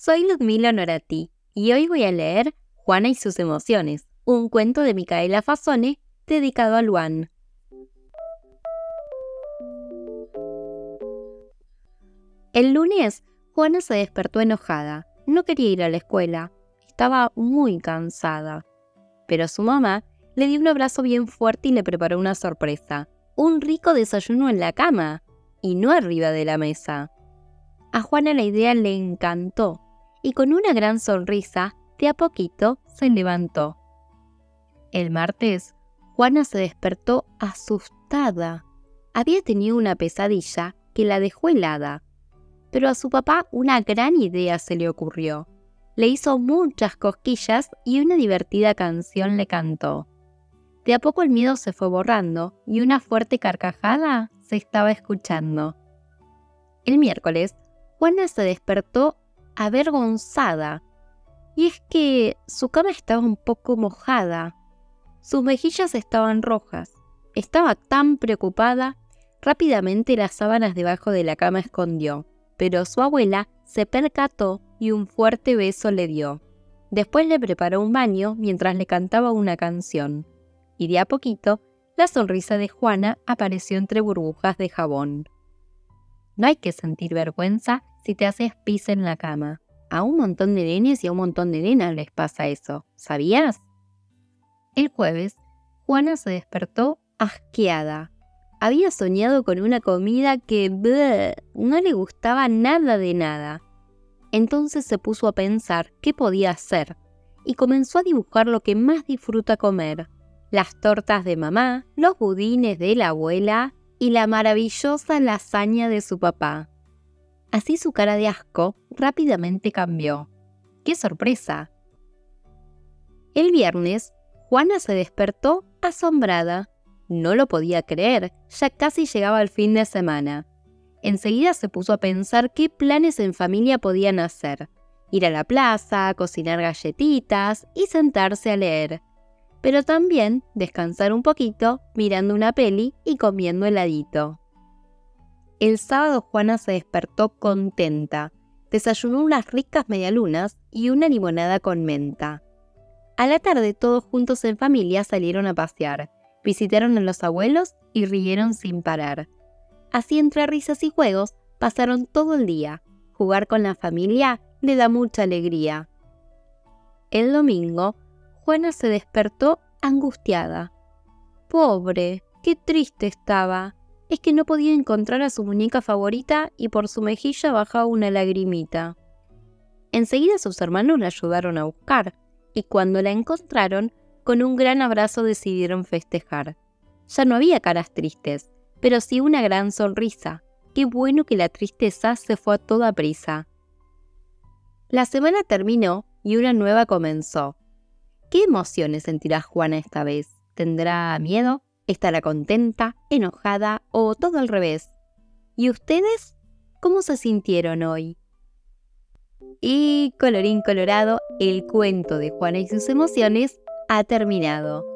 Soy Ludmila Honorati y hoy voy a leer Juana y sus emociones, un cuento de Micaela Fasone dedicado a Luan. El lunes, Juana se despertó enojada. No quería ir a la escuela. Estaba muy cansada. Pero su mamá le dio un abrazo bien fuerte y le preparó una sorpresa. Un rico desayuno en la cama y no arriba de la mesa. A Juana la idea le encantó y con una gran sonrisa, de a poquito se levantó. El martes, Juana se despertó asustada. Había tenido una pesadilla que la dejó helada. Pero a su papá una gran idea se le ocurrió. Le hizo muchas cosquillas y una divertida canción le cantó. De a poco el miedo se fue borrando y una fuerte carcajada se estaba escuchando. El miércoles, Juana se despertó avergonzada. Y es que su cama estaba un poco mojada. Sus mejillas estaban rojas. Estaba tan preocupada, rápidamente las sábanas debajo de la cama escondió. Pero su abuela se percató y un fuerte beso le dio. Después le preparó un baño mientras le cantaba una canción. Y de a poquito, la sonrisa de Juana apareció entre burbujas de jabón. No hay que sentir vergüenza si te haces pis en la cama. A un montón de nenes y a un montón de nenas les pasa eso. ¿Sabías? El jueves, Juana se despertó asqueada. Había soñado con una comida que no le gustaba nada de nada. Entonces se puso a pensar qué podía hacer y comenzó a dibujar lo que más disfruta comer: las tortas de mamá, los budines de la abuela y la maravillosa lasaña de su papá. Así su cara de asco rápidamente cambió. ¡Qué sorpresa! El viernes, Juana se despertó asombrada. No lo podía creer, ya casi llegaba el fin de semana. Enseguida se puso a pensar qué planes en familia podían hacer. Ir a la plaza, cocinar galletitas y sentarse a leer. Pero también descansar un poquito mirando una peli y comiendo heladito. El sábado Juana se despertó contenta. Desayunó unas ricas medialunas y una limonada con menta. A la tarde todos juntos en familia salieron a pasear. Visitaron a los abuelos y rieron sin parar. Así entre risas y juegos pasaron todo el día. Jugar con la familia le da mucha alegría. El domingo, Juana se despertó angustiada. Pobre, qué triste estaba. Es que no podía encontrar a su muñeca favorita y por su mejilla bajaba una lagrimita. Enseguida sus hermanos la ayudaron a buscar y cuando la encontraron, con un gran abrazo decidieron festejar. Ya no había caras tristes, pero sí una gran sonrisa. Qué bueno que la tristeza se fue a toda prisa. La semana terminó y una nueva comenzó. ¿Qué emociones sentirá Juana esta vez? ¿Tendrá miedo? ¿Estará contenta, enojada o todo al revés? ¿Y ustedes? ¿Cómo se sintieron hoy? Y colorín colorado, el cuento de Juana y sus emociones ha terminado.